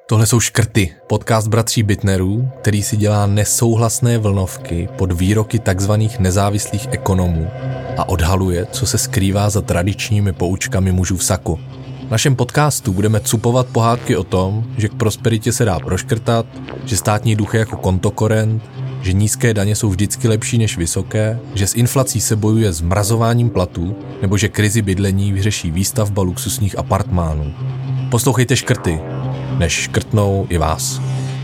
Tohle jsou Škrty, podcast bratří Bittnerů, který si dělá nesouhlasné vlnovky pod výroky takzvaných nezávislých ekonomů a odhaluje, co se skrývá za tradičními poučkami mužů v saku. V našem podcastu budeme cupovat pohádky o tom, že k prosperitě se dá proškrtat, že státní dluh je jako kontokorent, že nízké daně jsou vždycky lepší než vysoké, že s inflací se bojuje zmrazováním platů, nebo že krizi bydlení vyřeší výstavba luxusních apartmánů. Poslouchejte Škrty, než škrtnou i vás.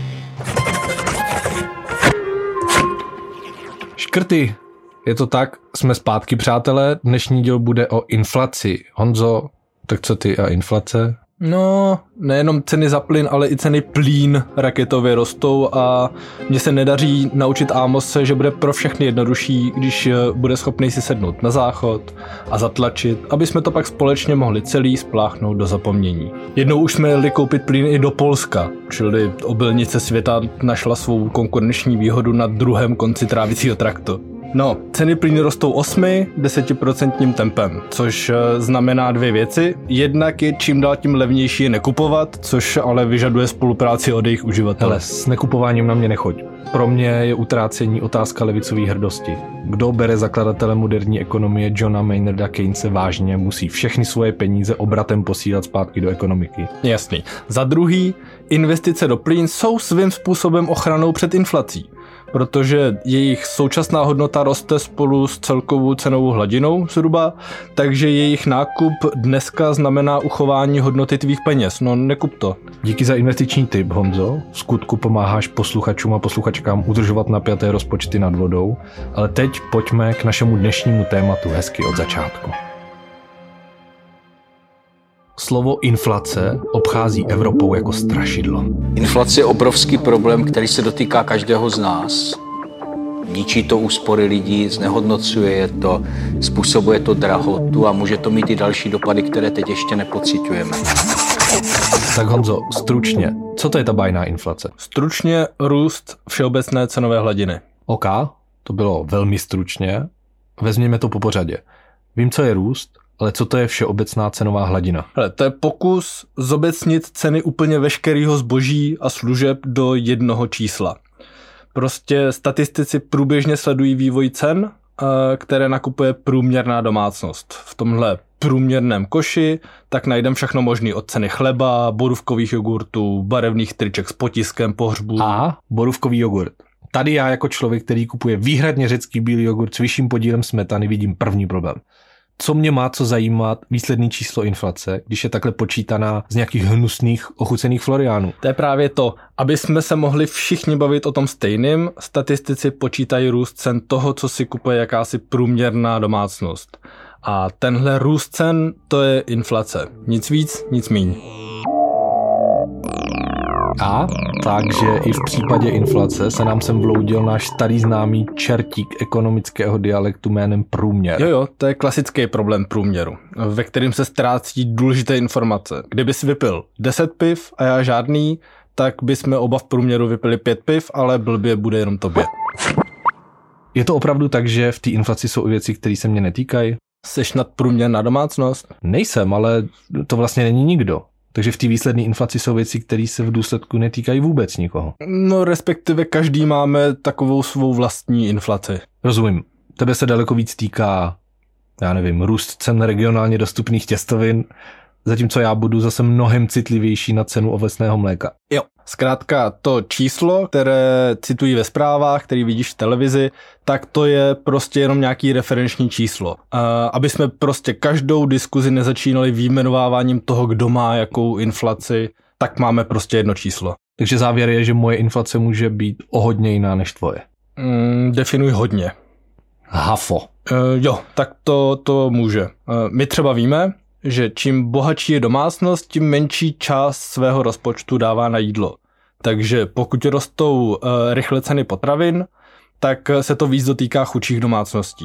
Škrty, je to tak, jsme zpátky, přátelé. Dnešní díl bude o inflaci. Honzo, tak co ty a inflace? No, nejenom ceny za plyn, ale i ceny plín raketově rostou a mně se nedaří naučit Ámose, že bude pro všechny jednodušší, když bude schopný si sednout na záchod a zatlačit, aby jsme to pak společně mohli celý spláchnout do zapomnění. Jednou už jsme jeli koupit plyn i do Polska, čili obilnice světa našla svou konkurenční výhodu na druhém konci trávicího traktu. No, ceny plynu rostou 8-10% tempem, což znamená dvě věci. Jednak je čím dál tím levnější je nekupovat, což ale vyžaduje spolupráci od jejich uživatelů. Hele, s nekupováním na mě nechoď. Pro mě je utrácení otázka levicové hrdosti. Kdo bere zakladatele moderní ekonomie Johna Maynarda Keynese vážně, musí všechny svoje peníze obratem posílat zpátky do ekonomiky. Jasný. Za druhý, investice do plyn jsou svým způsobem ochranou před inflací, protože jejich současná hodnota roste spolu s celkovou cenovou hladinou zhruba, takže jejich nákup dneska znamená uchování hodnoty tvých peněz. No, nekup to. Díky za investiční tip, Honzo. V skutku pomáháš posluchačům a posluchačkám udržovat napjaté rozpočty nad vodou, ale teď pojďme k našemu dnešnímu tématu hezky od začátku. Slovo inflace obchází Evropou jako strašidlo. Inflace je obrovský problém, který se dotýká každého z nás. Ničí to úspory lidí, znehodnocuje je to, způsobuje to drahotu a může to mít i další dopady, které teď ještě nepociťujeme. Tak Honzo, stručně, co to je ta bajná inflace? Stručně růst všeobecné cenové hladiny. OK, to bylo velmi stručně. Vezměme to po pořadě. Vím, co je růst, ale co to je všeobecná cenová hladina? Hele, to je pokus zobecnit ceny úplně veškerého zboží a služeb do jednoho čísla. Prostě statistici průběžně sledují vývoj cen, které nakupuje průměrná domácnost. V tomhle průměrném koši tak najdeme všechno možné od ceny chleba, borůvkových jogurtů, barevných triček s potiskem pohřbu. A borůvkový jogurt. Tady já jako člověk, který kupuje výhradně řecký bílý jogurt s vyšším podílem smetany, vidím první problém. Co mě má co zajímat výsledný číslo inflace, když je takhle počítaná z nějakých hnusných ochucených Floriánů? To je právě to. Aby jsme se mohli všichni bavit o tom stejným, statistici počítají růst cen toho, co si kupuje jakási průměrná domácnost. A tenhle růst cen, to je inflace. Nic víc, nic míň. A takže i v případě inflace se nám sem vloudil náš starý známý čertík ekonomického dialektu jménem průměr. Jo, to je klasický problém průměru, ve kterým se ztrácí důležité informace. Kdyby si vypil 10 piv a já žádný, tak bychom oba v průměru vypili 5 piv, ale blbě bude jenom tobě. Je to opravdu tak, že v té inflaci jsou věci, které se mě netýkají? Seš nadprůměrná domácnost? Nejsem, ale to vlastně není nikdo. Takže v té výsledné inflaci jsou věci, které se v důsledku netýkají vůbec nikoho. No respektive každý máme takovou svou vlastní inflaci. Rozumím. Tebe se daleko víc týká, já nevím, růst cen regionálně dostupných těstovin, zatímco já budu zase mnohem citlivější na cenu ovesného mléka. Jo, zkrátka to číslo, které citují ve zprávách, který vidíš v televizi, tak to je prostě jenom nějaký referenční číslo. Aby jsme prostě každou diskuzi nezačínali výjmenováváním toho, kdo má jakou inflaci, tak máme prostě jedno číslo. Takže závěr je, že moje inflace může být o hodně jiná než tvoje. Definuj hodně. Hafo. Jo, tak to může. My třeba víme, že čím bohatší je domácnost, tím menší část svého rozpočtu dává na jídlo. Takže pokud rostou rychle ceny potravin, tak se to víc dotýká chudších domácností.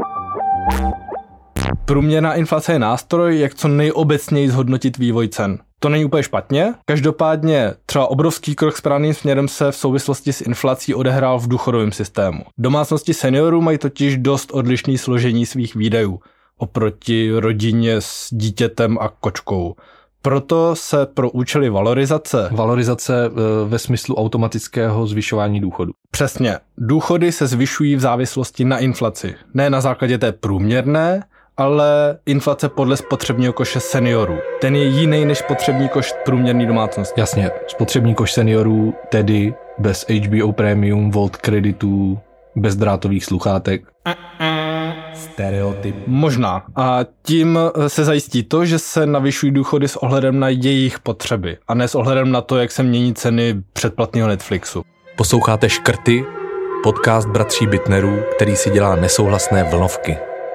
Průměrná inflace je nástroj, jak co nejobecněji zhodnotit vývoj cen. To není úplně špatně, každopádně třeba obrovský krok správným směrem se v souvislosti s inflací odehrál v důchodovém systému. Domácnosti seniorů mají totiž dost odlišné složení svých výdajů oproti rodině s dítětem a kočkou. Proto se pro účely valorizace... Valorizace ve smyslu automatického zvyšování důchodu. Přesně. Důchody se zvyšují v závislosti na inflaci. Ne na základě té průměrné, ale inflace podle spotřebního koše seniorů. Ten je jiný než spotřební koš průměrný domácnosti. Jasně, spotřební koš seniorů, tedy bez HBO Premium, Volt kreditů, bez drátových sluchátek. Stereotyp. Možná. A tím se zajistí to, že se navyšují důchody s ohledem na jejich potřeby a ne s ohledem na to, jak se mění ceny předplatného Netflixu. Posloucháte Škrty, podcast bratří Bittnerů, který si dělá nesouhlasné vlnovky.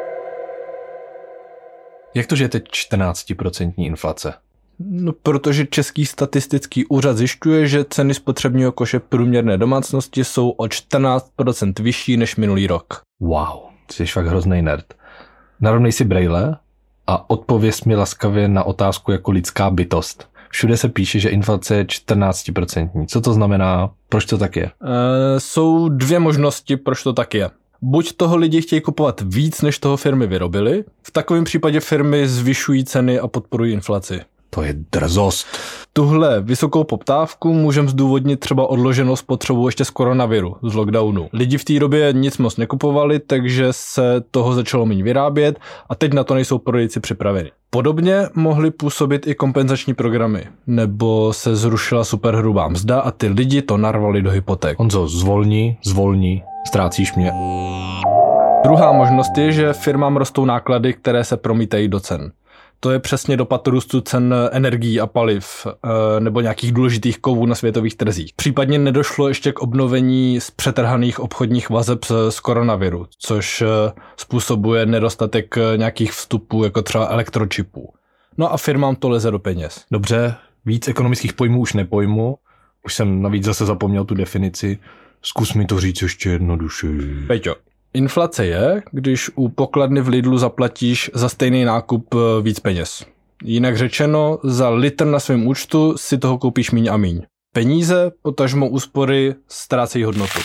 Jak to, že je teď 14% inflace? No, protože Český statistický úřad zjišťuje, že ceny spotřebního koše průměrné domácnosti jsou o 14% vyšší než minulý rok. Wow, jsi fakt hrozný nerd. Narovnej si brejle a odpověz mi laskavě na otázku jako lidská bytost. Všude se píše, že inflace je 14%. Co to znamená? Proč to tak je? Jsou dvě možnosti, proč to tak je. Buď toho lidi chtějí kupovat víc, než toho firmy vyrobily. V takovém případě firmy zvyšují ceny a podporují inflaci. To je drzost. Tuhle vysokou poptávku můžeme zdůvodnit třeba odloženou spotřebu ještě z koronaviru, z lockdownu. Lidi v té době nic moc nekupovali, takže se toho začalo méně vyrábět a teď na to nejsou prodejci připraveni. Podobně mohly působit i kompenzační programy, nebo se zrušila superhrubá mzda a ty lidi to narvali do hypoték. Honzo, zvolni, ztrácíš mě. Druhá možnost je, že firmám rostou náklady, které se promítají do cen. To je přesně dopad růstu cen energií a paliv nebo nějakých důležitých kovů na světových trzích. Případně nedošlo ještě k obnovení z přetrhaných obchodních vazeb z koronaviru, což způsobuje nedostatek nějakých vstupů, jako třeba elektročipů. No a firmám to leze do peněz. Dobře, víc ekonomických pojmů už nepojmu. Už jsem navíc zase zapomněl tu definici. Zkus mi to říct ještě jednoduše. Peťo. Inflace je, když u pokladny v Lidlu zaplatíš za stejný nákup víc peněz. Jinak řečeno, za litr na svém účtu si toho koupíš míň a míň. Peníze, potažmo úspory, ztrácejí hodnotu.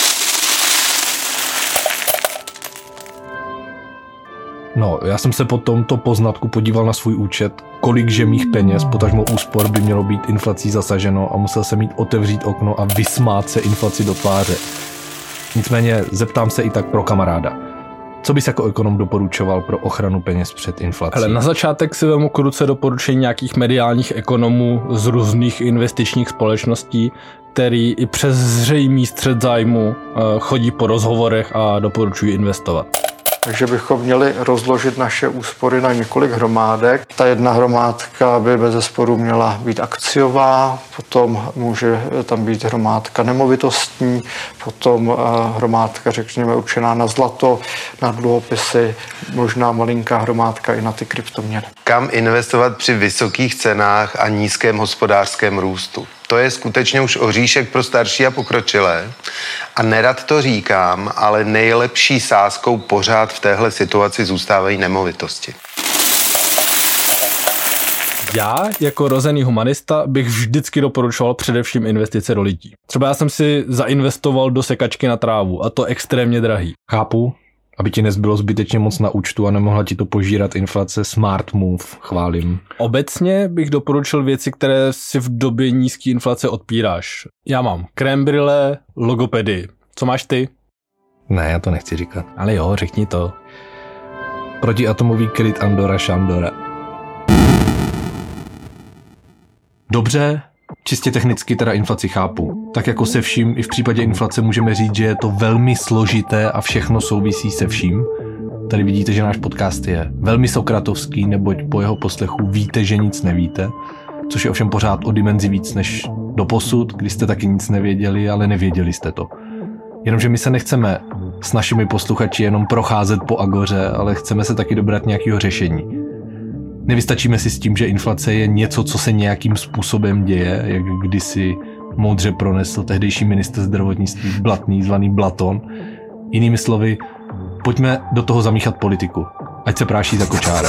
No, já jsem se po tomto poznatku podíval na svůj účet, kolikže mých peněz, potažmo úspor, by mělo být inflací zasaženo a musel jsem mít otevřít okno a vysmát se inflaci do tváře. Nicméně zeptám se i tak pro kamaráda. Co bys jako ekonom doporučoval pro ochranu peněz před inflací? Hele, na začátek si vemu k ruce doporučení nějakých mediálních ekonomů z různých investičních společností, který i přes zřejmý střet zájmu chodí po rozhovorech a doporučují investovat. Takže bychom měli rozložit naše úspory na několik hromádek. Ta jedna hromádka by bezesporu měla být akciová, potom může tam být hromádka nemovitostní, potom hromádka, řekněme, určená na zlato, na dluhopisy, možná malinká hromádka i na ty kryptoměny. Kam investovat při vysokých cenách a nízkém hospodářském růstu? To je skutečně už oříšek pro starší a pokročilé. A nerad to říkám, ale nejlepší sázkou pořád v téhle situaci zůstávají nemovitosti. Já, jako rozený humanista, bych vždycky doporučoval především investice do lidí. Třeba já jsem si zainvestoval do sekačky na trávu a to extrémně drahý. Chápu, aby ti nezbylo zbytečně moc na účtu a nemohla ti to požírat inflace, smart move, chválím. Obecně bych doporučil věci, které si v době nízké inflace odpíráš. Já mám krém brýle, logopedii. Co máš ty? Ne, já to nechci říkat. Ale jo, řekni to. Protiatomový kryt Andora Šandora. Dobře, čistě technicky teda inflaci chápu. Tak jako se vším, i v případě inflace můžeme říct, že je to velmi složité a všechno souvisí se vším. Tady vidíte, že náš podcast je velmi sokratovský, neboť po jeho poslechu víte, že nic nevíte, což je ovšem pořád o dimenzi víc než doposud, kdy jste taky nic nevěděli, ale nevěděli jste to. Jenomže my se nechceme s našimi posluchači jenom procházet po agoře, ale chceme se taky dobrat nějakého řešení. Nevystačíme si s tím, že inflace je něco, co se nějakým způsobem děje, jak kdysi moudře pronesl tehdejší ministr zdravotnictví Blatný, zvaný Blaton. Jinými slovy, pojďme do toho zamíchat politiku, ať se práší za kočárem.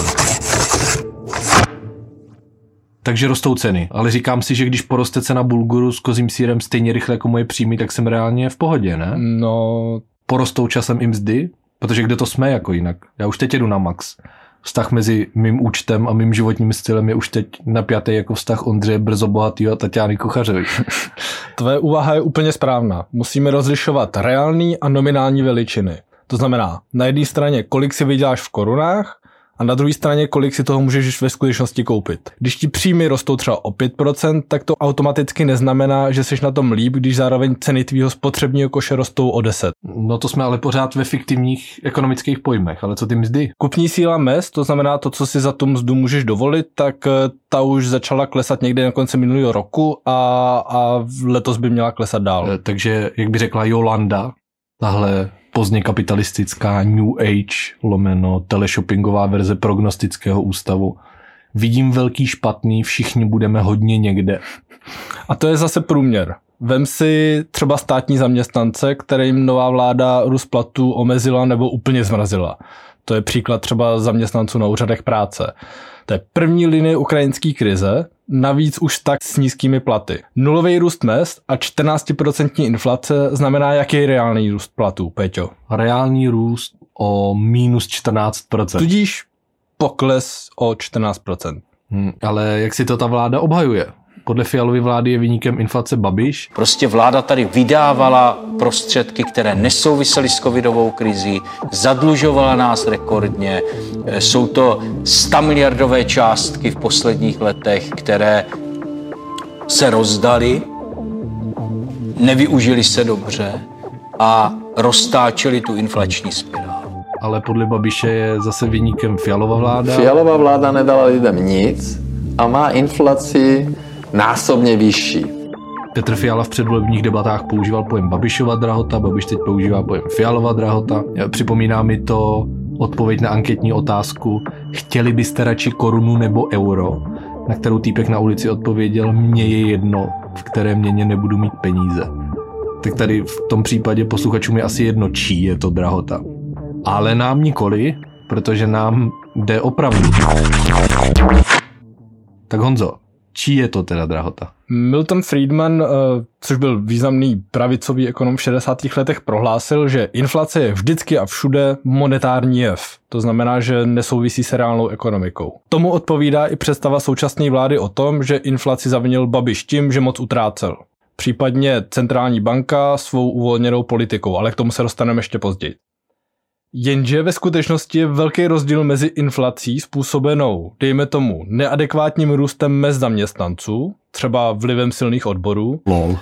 Takže rostou ceny, ale říkám si, že když poroste cena bulguru s kozím sýrem stejně rychle jako moje příjmy, tak jsem reálně v pohodě, ne? No... Porostou časem i mzdy? Protože kde to jsme jako jinak? Já už teď jedu na max. vztah mezi mým účtem a mým životním stylem je už teď napjatý jako vztah Ondřeje Brzobohatýho a Tatiany Kuchařový. Tvoje úvaha je úplně správná. Musíme rozlišovat reální a nominální veličiny. To znamená, na jedné straně, kolik si vyděláš v korunách, a na druhé straně, kolik si toho můžeš ve skutečnosti koupit. Když ti příjmy rostou třeba o 5%, tak to automaticky neznamená, že jsi na tom líp, když zároveň ceny tvýho spotřebního koše rostou o 10. No to jsme ale pořád ve fiktivních ekonomických pojmech, ale co ty mzdy? Kupní síla mezd, to znamená to, co si za tu mzdu můžeš dovolit, tak ta už začala klesat někde na konci minulého roku a letos by měla klesat dál. Takže, jak by řekla Jolanda, tahle pozdně kapitalistická New Age / teleshoppingová verze prognostického ústavu. Vidím velký špatný, všichni budeme hodně někde. A to je zase průměr. Vem si třeba státní zaměstnance, kterým nová vláda růst platů omezila nebo úplně zmrazila. To je příklad třeba zaměstnanců na úřadech práce. To je první linie ukrajinské krize, navíc už tak s nízkými platy. Nulový růst mezd a 14% inflace znamená jaký reálný růst platů, Péťo? Reálný růst o minus 14%. Tudíž pokles o 14%. Ale jak si to ta vláda obhajuje? Podle Fialovy vlády je viníkem inflace Babiš. Prostě vláda tady vydávala prostředky, které nesouvisely s covidovou krizí, zadlužovala nás rekordně. Jsou to 100 miliardové částky v posledních letech, které se rozdaly, nevyužily se dobře a roztáčely tu inflační spirálu. Ale podle Babiše je zase viníkem Fialova vláda. Fialová vláda nedala lidem nic a má inflaci násobně vyšší. Petr Fiala v předvolebních debatách používal pojem Babišova drahota, Babiš teď používá pojem Fialova drahota. Připomíná mi to odpověď na anketní otázku: chtěli byste radši korunu nebo euro? Na kterou týpek na ulici odpověděl: mně je jedno, v které měně nebudu mít peníze. Tak tady v tom případě posluchačům je asi jedno, čí je to drahota. Ale nám nikoli, protože nám jde opravdu. Tak Honzo, čí je to teda drahota? Milton Friedman, což byl významný pravicový ekonom v 60. letech, prohlásil, že inflace je vždycky a všude monetární jev. To znamená, že nesouvisí se reálnou ekonomikou. Tomu odpovídá i představa současné vlády o tom, že inflaci zavinil Babiš tím, že moc utrácel. Případně centrální banka svou uvolněnou politikou, ale k tomu se dostaneme ještě později. Jenže ve skutečnosti je velký rozdíl mezi inflací způsobenou, dejme tomu, neadekvátním růstem mezd zaměstnanců, třeba vlivem silných odborů,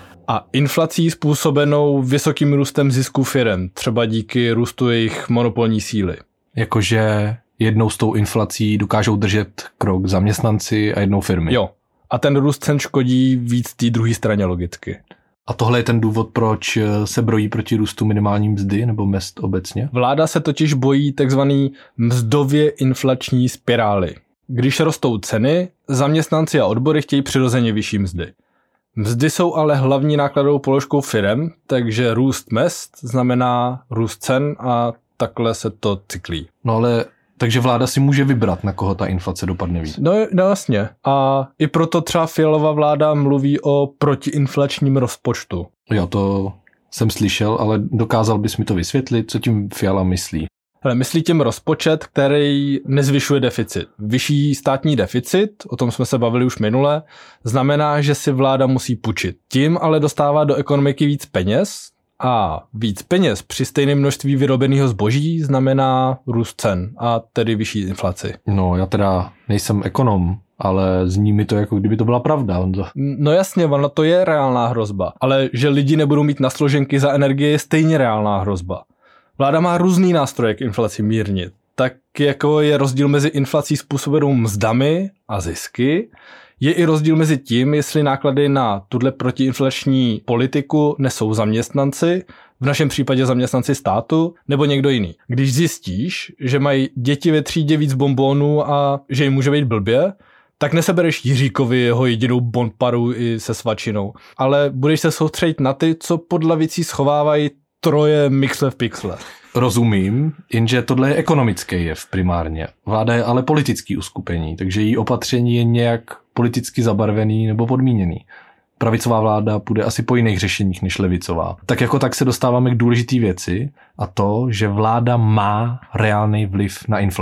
a inflací způsobenou vysokým růstem zisků firem, třeba díky růstu jejich monopolní síly. Jakože jednou s tou inflací dokážou držet krok zaměstnanci a jednou firmy. Jo. A ten růst cen škodí víc té druhé straně logicky. A tohle je ten důvod, proč se brojí proti růstu minimální mzdy nebo mezd obecně? Vláda se totiž bojí takzvaný mzdově inflační spirály. Když rostou ceny, zaměstnanci a odbory chtějí přirozeně vyšší mzdy. Mzdy jsou ale hlavní nákladovou položkou firem, takže růst mezd znamená růst cen a takhle se to cyklí. No ale takže vláda si může vybrat, na koho ta inflace dopadne víc. No jasně. A i proto třeba Fialova vláda mluví o protiinflačním rozpočtu. Jo, to jsem slyšel, ale dokázal bys mi to vysvětlit, co tím Fiala myslí? Ale myslí tím rozpočet, který nezvyšuje deficit. Vyšší státní deficit, o tom jsme se bavili už minule, znamená, že si vláda musí půjčit. Tím ale dostává do ekonomiky víc peněz, a víc peněz při stejném množství vyrobeného zboží znamená růst cen a tedy vyšší inflaci. No, já teda nejsem ekonom, ale zní mi to, jako kdyby to byla pravda. No jasně, ona to je reálná hrozba, ale že lidi nebudou mít na složenky za energie je stejně reálná hrozba. Vláda má různý nástroje k inflaci mírnit. Tak jako je rozdíl mezi inflací způsobenou mzdami a zisky, je i rozdíl mezi tím, jestli náklady na tuhle protiinflační politiku nesou zaměstnanci, v našem případě zaměstnanci státu, nebo někdo jiný. Když zjistíš, že mají děti ve třídě víc bonbonů a že jim může být blbě, tak nesebereš Jiříkovi jeho jedinou bonparu i se svačinou, ale budeš se soustředit na ty, co pod lavicí schovávají troje mixle v pixle. Rozumím, jenže tohle je ekonomický jev primárně. Vláda je ale politický uskupení, takže její opatření je nějak politicky zabarvený nebo podmíněný. Pravicová vláda půjde asi po jiných řešeních než levicová. Tak jako tak se dostáváme k důležité věci a to, že vláda má reálný vliv na inflaci.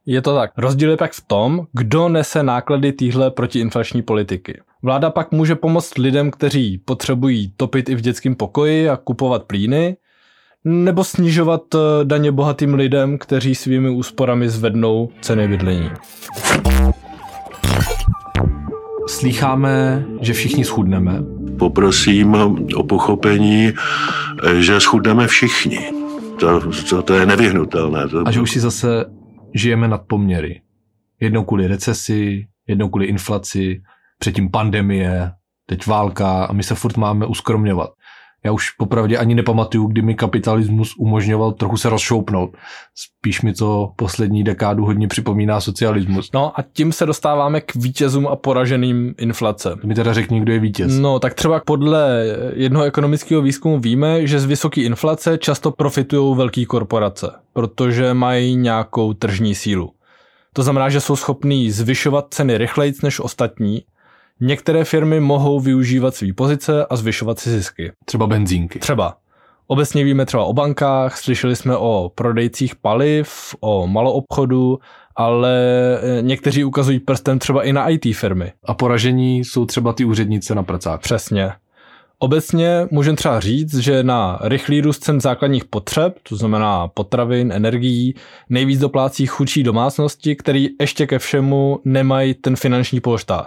Je to tak. Rozdíl je pak v tom, kdo nese náklady téhle protiinflační politiky. Vláda pak může pomoct lidem, kteří potřebují topit i v dětském pokoji a kupovat plíny, nebo snižovat daně bohatým lidem, kteří svými úsporami zvednou ceny bydlení. Slýcháme, že všichni schudneme. Poprosím o pochopení, že schudneme všichni. To je nevyhnutelné. A že už si zase žijeme nad poměry. Jednou kvůli recesi, jednou kvůli inflaci, předtím pandemie, teď válka a my se furt máme uskromňovat. Já už popravdě ani nepamatuju, kdy mi kapitalismus umožňoval trochu se rozšoupnout. Spíš mi to poslední dekádu hodně připomíná socialismus. No a tím se dostáváme k vítězům a poraženým inflace. To mi teda řekni, kdo je vítěz. No tak třeba podle jednoho ekonomického výzkumu víme, že z vysoké inflace často profitují velké korporace, protože mají nějakou tržní sílu. To znamená, že jsou schopní zvyšovat ceny rychlejc než ostatní. Některé firmy mohou využívat své pozice a zvyšovat si zisky. Třeba benzínky. Třeba. Obecně víme třeba o bankách, slyšeli jsme o prodejcích paliv, o maloobchodu, ale někteří ukazují prstem třeba i na IT firmy. A poražení jsou třeba ty úřednice na pracách. Přesně. Obecně můžeme třeba říct, že na rychlý růst cen základních potřeb, to znamená potravin, energií, nejvíc doplácí chudší domácnosti, který ještě ke všemu nemají ten finanční polštář.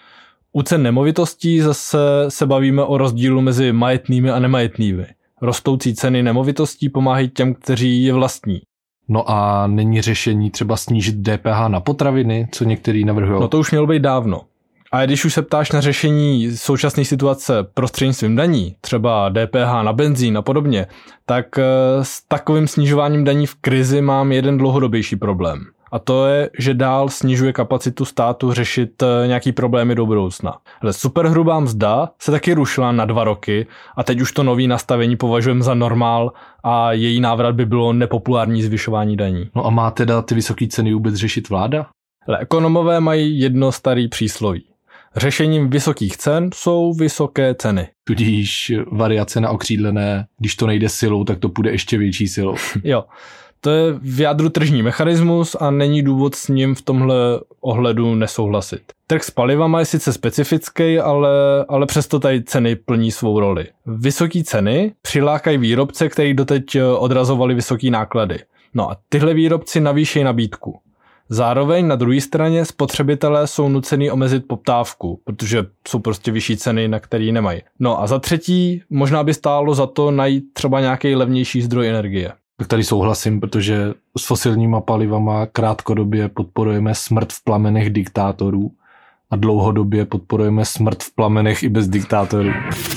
U cen nemovitostí zase se bavíme o rozdílu mezi majetnými a nemajetnými. Rostoucí ceny nemovitostí pomáhají těm, kteří je vlastní. No a není řešení třeba snížit DPH na potraviny, co některý navrhují? No to už mělo být dávno. A když už se ptáš na řešení současné situace prostřednictvím daní, třeba DPH na benzín a podobně, tak s takovým snižováním daní v krizi mám jeden dlouhodobější problém. A to je, že dál snižuje kapacitu státu řešit nějaký problémy do budoucna. Ale superhrubá mzda se taky rušila na 2 roky a teď už to nový nastavení považujeme za normál a její návrat by bylo nepopulární zvyšování daní. No a má teda ty vysoké ceny vůbec řešit vláda? Ale ekonomové mají jedno starý přísloví. Řešením vysokých cen jsou vysoké ceny. Tudíž variace na okřídlené, když to nejde silou, tak to půjde ještě větší silou. Jo. To je v jádru tržní mechanismus a není důvod s ním v tomhle ohledu nesouhlasit. Trh s palivama je sice specifický, ale přesto tady ceny plní svou roli. Vysoké ceny přilákají výrobce, kteří doteď odrazovali vysoké náklady. No a tyhle výrobci navýšejí nabídku. Zároveň na druhé straně spotřebitelé jsou nucený omezit poptávku, protože jsou prostě vyšší ceny, na který nemají. No a za třetí, možná by stálo za to najít třeba nějaký levnější zdroj energie. Tak tady souhlasím, protože s fosilníma palivama krátkodobě podporujeme smrt v plamenech diktátorů a dlouhodobě podporujeme smrt v plamenech i bez diktátorů.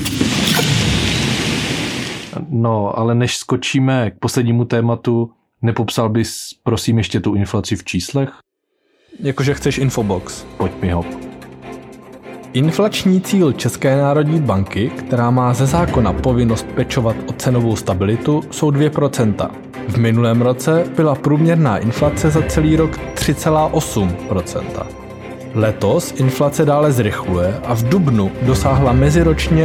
No, ale než skočíme k poslednímu tématu, nepopsal bys, prosím, ještě tu inflaci v číslech? Jakože chceš infobox. Pojď mi ho. Inflační cíl České národní banky, která má ze zákona povinnost pečovat o cenovou stabilitu, jsou 2%. V minulém roce byla průměrná inflace za celý rok 3,8%. Letos inflace dále zrychluje a v dubnu dosáhla meziročně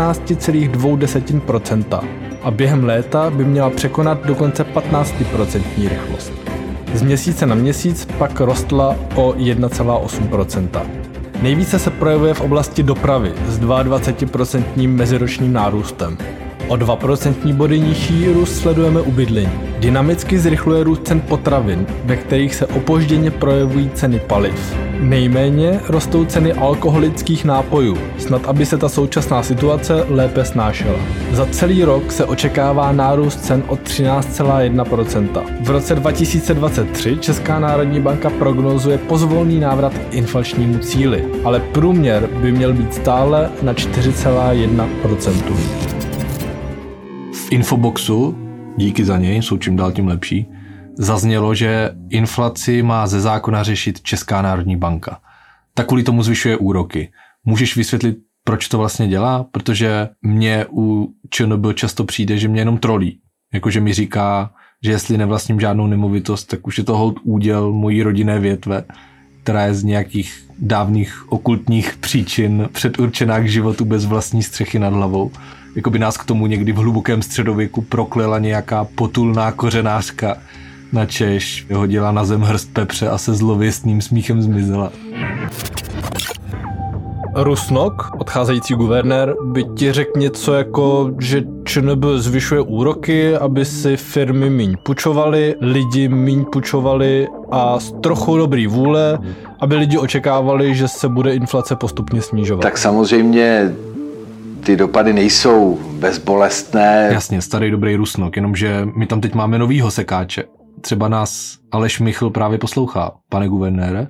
14,2% a během léta by měla překonat dokonce 15% rychlost. Z měsíce na měsíc pak rostla o 1,8%. Nejvíce se projevuje v oblasti dopravy s 22% meziročním nárůstem. O 2% body nižší růst sledujeme u bydlení. Dynamicky zrychluje růst cen potravin, ve kterých se opožděně projevují ceny paliv. Nejméně rostou ceny alkoholických nápojů, snad aby se ta současná situace lépe snášela. Za celý rok se očekává nárůst cen o 13,1%. V roce 2023 Česká národní banka prognozuje pozvolný návrat k inflačnímu cíli, ale průměr by měl být stále na 4,1%. V infoboxu, díky za něj, jsou čím dál tím lepší, zaznělo, že inflaci má ze zákona řešit Česká národní banka. Tak kvůli tomu zvyšuje úroky. Můžeš vysvětlit, proč to vlastně dělá? Protože mně u ČNB často přijde, že mě jenom trolí. Jakože mi říká, že jestli nevlastním žádnou nemovitost, tak už je to holt úděl mojí rodinné větve, která je z nějakých dávných okultních příčin předurčená k životu bez vlastní střechy nad hlavou. Jakoby nás k tomu někdy v hlubokém středověku proklela nějaká potulná kořenářka na Češ, hodila na zem hrst pepře a se zlověstným smíchem zmizela. Rusnok, odcházející guvernér, by ti řekl něco jako, že ČNB zvyšuje úroky, aby si firmy míň půjčovaly, lidi míň půjčovali a s trochou dobrý vůle, aby lidi očekávali, že se bude inflace postupně snižovat. Tak samozřejmě ty dopady nejsou bezbolestné. Jasně, starý dobrý Rusnok, jenomže my tam teď máme novýho sekáče. Třeba nás Aleš Michl právě poslouchá, pane guvernére.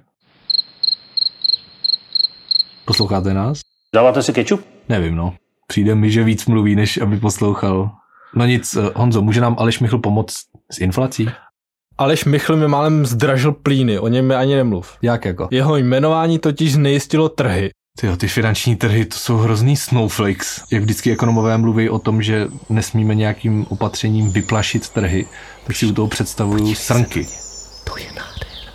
Posloucháte nás? Dáváte si kečup? Nevím, no. Přijde mi, že víc mluví, než aby poslouchal. No nic, Honzo, může nám Aleš Michl pomoct s inflací? Aleš Michl mi málem zdražil plíny, o něm mi ani nemluv. Jak jako? Jeho jmenování totiž znejistilo trhy. Tyjo, ty finanční trhy, to jsou hrozný snowflakes. Jak vždycky ekonomové mluví o tom, že nesmíme nějakým opatřením vyplašit trhy, tak si u toho představuju srnky. To je nádher.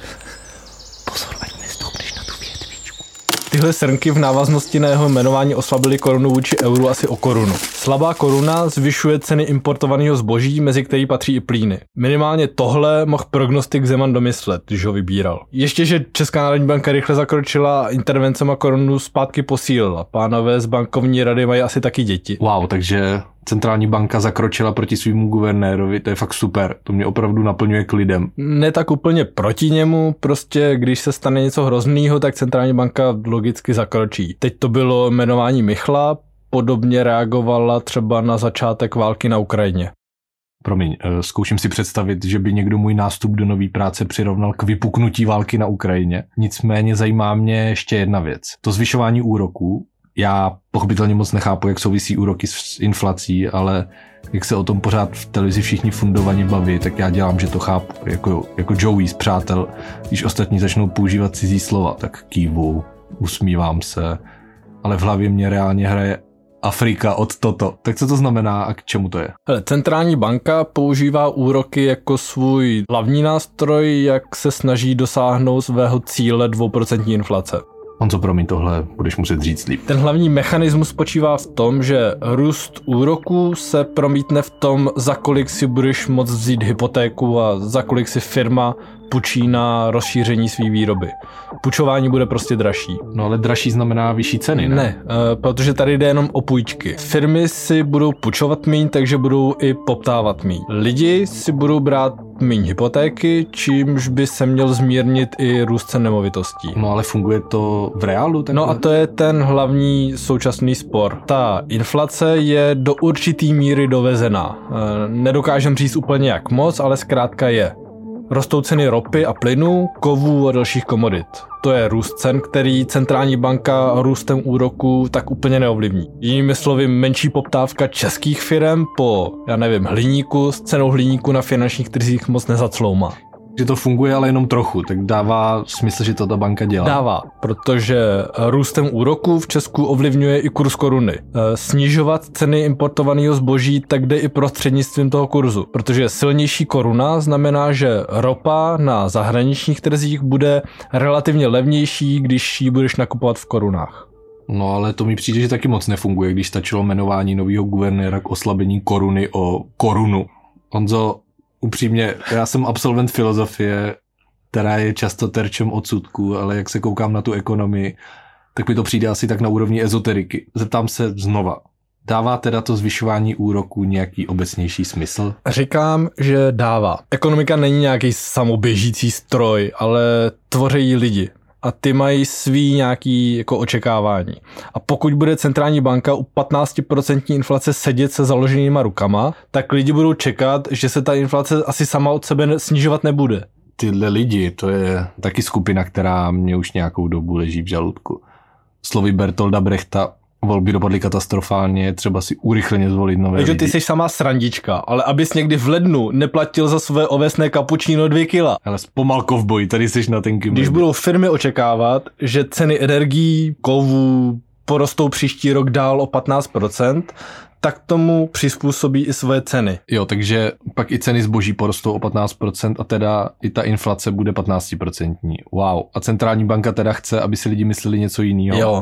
Pozor, ať nestoupneš na tu větvičku. Tyhle srnky v návaznosti na jeho jmenování oslabily korunu vůči euru asi o korunu. Slabá koruna zvyšuje ceny importovaného zboží, mezi který patří i plíny. Minimálně tohle mohl prognostik Zeman domyslet, když ho vybíral. Ještě, že Česká národní banka rychle zakročila a intervencema korunu zpátky posílila. Pánové z bankovní rady mají asi taky děti. Wow, takže centrální banka zakročila proti svýmu guvernérovi, to je fakt super, to mě opravdu naplňuje klidem. Ne tak úplně proti němu, prostě když se stane něco hroznýho, tak centrální banka logicky zakročí. Teď to bylo jmenování Michla, podobně reagovala třeba na začátek války na Ukrajině. Promiň, zkouším si představit, že by někdo můj nástup do nové práce přirovnal k vypuknutí války na Ukrajině. Nicméně zajímá mě ještě jedna věc. To zvyšování úroků. Já pochopitelně moc nechápu, jak souvisí úroky s inflací, ale jak se o tom pořád v televizi všichni fundovaně baví, tak já dělám, že to chápu. Jako Joey z Přátel, když ostatní začnou používat cizí slova, tak kývu, usmívám se, ale v hlavě mě reálně hraje Afrika od toto. Tak co to znamená a k čemu to je? Hele, centrální banka používá úroky jako svůj hlavní nástroj, jak se snaží dosáhnout svého cíle 2% inflace. Honzo, promiň, tohle budeš muset říct líp. Ten hlavní mechanismus spočívá v tom, že růst úroků se promítne v tom, za kolik si budeš moct vzít hypotéku a za kolik si firma půjčí na rozšíření své výroby. Půjčování bude prostě dražší. No ale dražší znamená vyšší ceny, ne? Ne, protože tady jde jenom o půjčky. Firmy si budou půjčovat míň, takže budou i poptávat míň. Lidi si budou brát míň hypotéky, čímž by se měl zmírnit i růst cen nemovitostí. No ale funguje to v reálu? Takhle? No a to je ten hlavní současný spor. Ta inflace je do určitý míry dovezená. Nedokážem říct úplně jak moc, ale zkrátka je. Rostou ceny ropy a plynu, kovů a dalších komodit. To je růst cen, který centrální banka růstem úroku tak úplně neovlivní. Jinými slovy, menší poptávka českých firem po, hliníku s cenou hliníku na finančních trzích moc nezacloumá. Že to funguje, ale jenom trochu, tak dává smysl, že to ta banka dělá. Dává, protože růstem úroku v Česku ovlivňuje i kurz koruny. Snižovat ceny importovaného zboží tak jde i prostřednictvím toho kurzu, protože silnější koruna znamená, že ropa na zahraničních trzích bude relativně levnější, když ji budeš nakupovat v korunách. No ale to mi přijde, že taky moc nefunguje, když stačilo jmenování nového guvernéra k oslabení koruny o korunu. Honzo, upřímně, já jsem absolvent filozofie, která je často terčem odsudků, ale jak se koukám na tu ekonomii, tak mi to přijde asi tak na úrovni ezoteriky. Zeptám se znova. Dává teda to zvyšování úroků nějaký obecnější smysl? Říkám, že dává. Ekonomika není nějaký samoběžící stroj, ale tvoří lidi. A ty mají svý nějaký jako očekávání. A pokud bude centrální banka u 15% inflace sedět se založenýma rukama, tak lidi budou čekat, že se ta inflace asi sama od sebe snižovat nebude. Tyhle lidi, to je taky skupina, která mě už nějakou dobu leží v žaludku. Slovy Bertolda Brechta, volby dopadly katastrofálně, třeba si urychleně zvolit nové lidi. Ty jsi sama srandička, ale abys někdy v lednu neplatil za své ovesné kapučíno 2 kila. Ale zpomal kovboj, tady jsi na tenkým. Když budou firmy očekávat, že ceny energií, kovů porostou příští rok dál o 15%, tak tomu přizpůsobí i svoje ceny. Jo, takže pak i ceny zboží porostou o 15% a teda i ta inflace bude 15%. Wow. A centrální banka teda chce, aby si lidi mysleli něco jiného. Jo.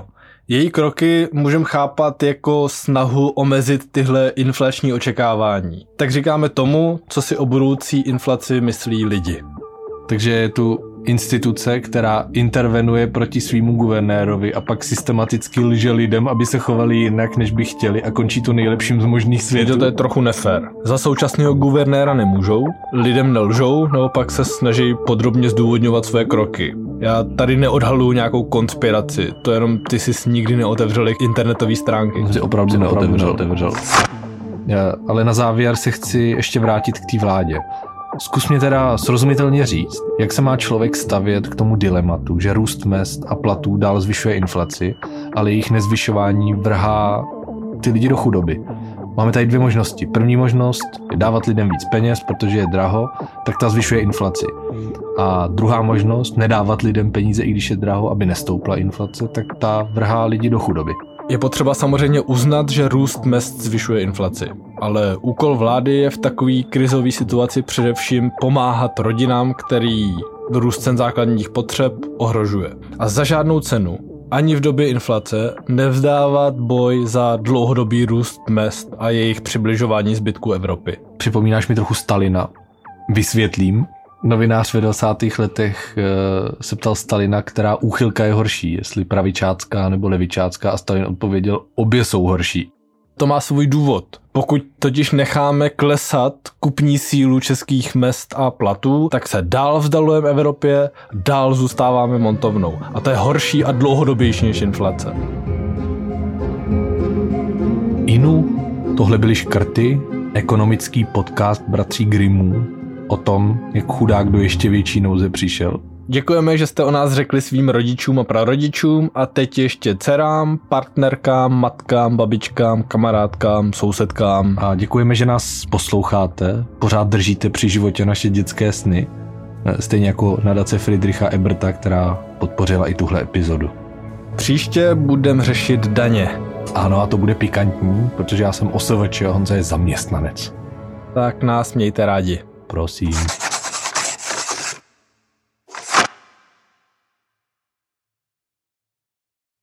Její kroky můžeme chápat jako snahu omezit tyhle inflační očekávání. Tak říkáme tomu, co si o budoucí inflaci myslí lidi. Takže je tu instituce, která intervenuje proti svýmu guvernérovi a pak systematicky lže lidem, aby se chovali jinak, než by chtěli a končí to nejlepším z možných světů. To je trochu nefér. Za současného guvernéra nemůžou, lidem nelžou, naopak se snaží podrobně zdůvodňovat své kroky. Já tady neodhaluju nějakou konspiraci, to jenom ty jsi nikdy neotevřel internetové stránky. Jsi opravdu neotevřel. Ale na závěr se chci ještě vrátit k té vládě. Zkus mě teda srozumitelně říct, jak se má člověk stavět k tomu dilematu, že růst mezd a platů dál zvyšuje inflaci, ale jejich nezvyšování vrhá ty lidi do chudoby. Máme tady dvě možnosti. První možnost je dávat lidem víc peněz, protože je draho, tak ta zvyšuje inflaci. A druhá možnost, nedávat lidem peníze, i když je draho, aby nestoupla inflace, tak ta vrhá lidi do chudoby. Je potřeba samozřejmě uznat, že růst mezd zvyšuje inflaci. Ale úkol vlády je v takové krizové situaci především pomáhat rodinám, který růst cen základních potřeb ohrožuje. A za žádnou cenu, ani v době inflace, nevzdávat boj za dlouhodobý růst mezd a jejich přibližování zbytku Evropy. Připomínáš mi trochu Stalina. Vysvětlím. Novinář ve 20. letech se ptal Stalina, která úchylka je horší, jestli pravičácká nebo levičácká, a Stalin odpověděl, obě jsou horší. To má svůj důvod. Pokud totiž necháme klesat kupní sílu českých mezd a platů, tak se dál vzdalujeme Evropě, dál zůstáváme montovnou. A to je horší a dlouhodobější než inflace. Inu, tohle byly Škrty, ekonomický podcast bratří Grimmů o tom, jak chudák do ještě větší nouze přišel. Děkujeme, že jste o nás řekli svým rodičům a prarodičům a teď ještě dcerám, partnerkám, matkám, babičkám, kamarádkám, sousedkám. A děkujeme, že nás posloucháte, pořád držíte při životě naše dětské sny, stejně jako nadace Friedricha Eberta, která podpořila i tuhle epizodu. Příště budeme řešit daně. Ano, a to bude pikantní, protože já jsem OSVČ a Honza je zaměstnanec. Tak nás mějte rádi. Prosím.